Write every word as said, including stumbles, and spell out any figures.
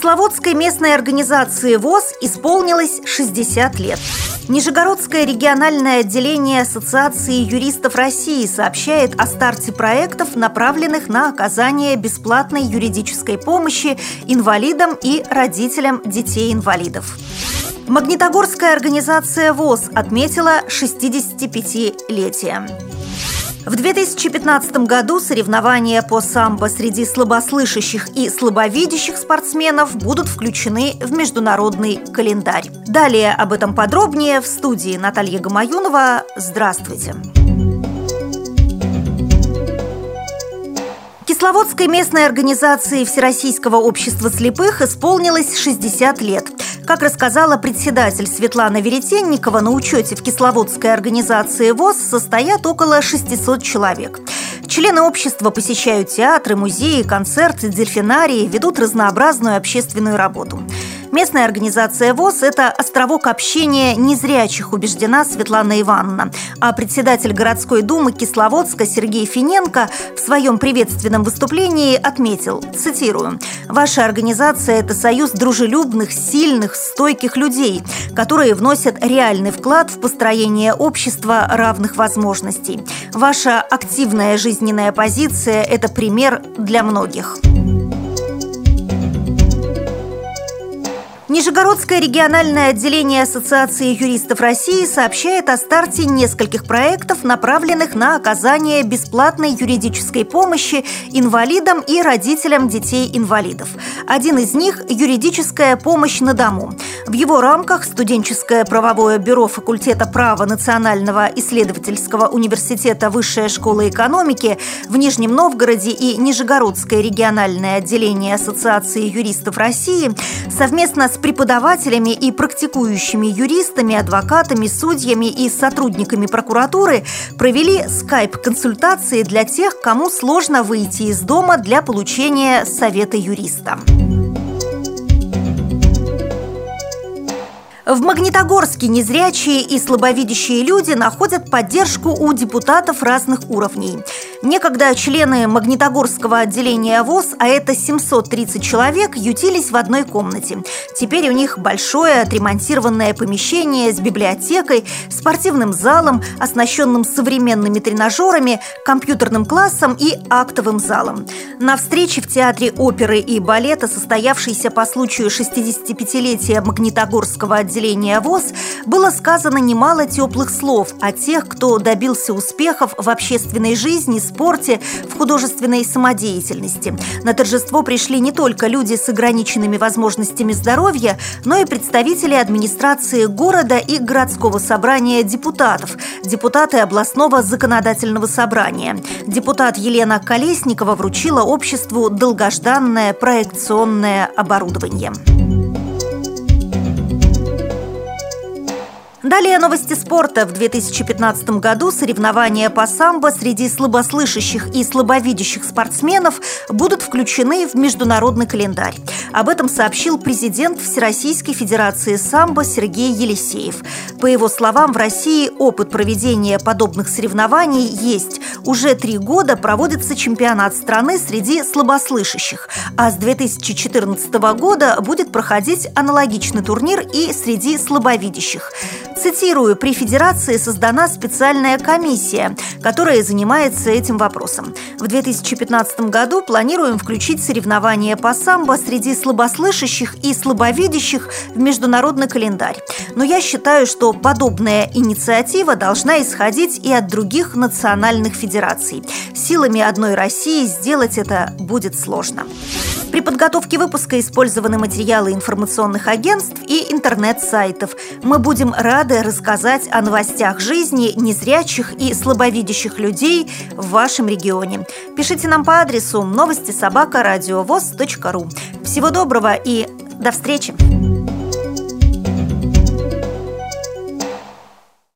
Кисловодской местной организации ВОС исполнилось шестьдесят лет. Нижегородское региональное отделение Ассоциации юристов России сообщает о старте проектов, направленных на оказание бесплатной юридической помощи инвалидам и родителям детей-инвалидов. Магнитогорская организация ВОС отметила шестидесятипятилетие. В две тысячи пятнадцатом году соревнования по самбо среди слабослышащих и слабовидящих спортсменов будут включены в международный календарь. Далее об этом подробнее в студии Наталья Гамаюнова. Здравствуйте! Кисловодской местной организации Всероссийского общества слепых исполнилось шестьдесят лет. Как рассказала председатель Светлана Веретенникова, на учете в Кисловодской организации ВОС состоят около шестисот человек. Члены общества посещают театры, музеи, концерты, дельфинарии, ведут разнообразную общественную работу. Местная организация ВОС – это островок общения незрячих, убеждена Светлана Ивановна. А председатель городской думы Кисловодска Сергей Финенко в своем приветственном выступлении отметил, цитирую: «Ваша организация – это союз дружелюбных, сильных, стойких людей, которые вносят реальный вклад в построение общества равных возможностей. Ваша активная жизненная позиция – это пример для многих». Нижегородское региональное отделение Ассоциации юристов России сообщает о старте нескольких проектов, направленных на оказание бесплатной юридической помощи инвалидам и родителям детей-инвалидов. Один из них – юридическая помощь на дому. В его рамках студенческое правовое бюро факультета права Национального исследовательского университета Высшая школа экономики в Нижнем Новгороде и Нижегородское региональное отделение Ассоциации юристов России совместно с преподавателями и практикующими юристами, адвокатами, судьями и сотрудниками прокуратуры провели скайп-консультации для тех, кому сложно выйти из дома для получения совета юриста. В Магнитогорске незрячие и слабовидящие люди находят поддержку у депутатов разных уровней. Некогда члены Магнитогорского отделения ВОС, а это семьсот тридцать человек, ютились в одной комнате. Теперь у них большое отремонтированное помещение с библиотекой, спортивным залом, оснащенным современными тренажерами, компьютерным классом и актовым залом. На встрече в Театре оперы и балета, состоявшейся по случаю шестидесятипятилетия Магнитогорского отделения отделения ВОС, было сказано немало теплых слов о тех, кто добился успехов в общественной жизни, спорте, в художественной самодеятельности. На торжество пришли не только люди с ограниченными возможностями здоровья, но и представители администрации города и городского собрания депутатов, депутаты областного законодательного собрания. Депутат Елена Колесникова вручила обществу долгожданное проекционное оборудование. Далее новости спорта. В две тысячи пятнадцатом году соревнования по самбо среди слабослышащих и слабовидящих спортсменов будут включены в международный календарь. Об этом сообщил президент Всероссийской Федерации самбо Сергей Елисеев. По его словам, в России опыт проведения подобных соревнований есть. Уже три года проводится чемпионат страны среди слабослышащих, а с две тысячи четырнадцатого года будет проходить аналогичный турнир и среди слабовидящих. Цитирую: «При Федерации создана специальная комиссия, которая занимается этим вопросом. В две тысячи пятнадцатом году планируем включить соревнования по самбо среди слабослышащих и слабовидящих в международный календарь. Но я считаю, что подобная инициатива должна исходить и от других национальных федераций. Силами одной России сделать это будет сложно». При подготовке выпуска использованы материалы информационных агентств и интернет-сайтов. Мы будем рады рассказать о новостях жизни незрячих и слабовидящих людей в вашем регионе. Пишите нам по адресу новости собака радиовос точка ру. Всего доброго и до встречи!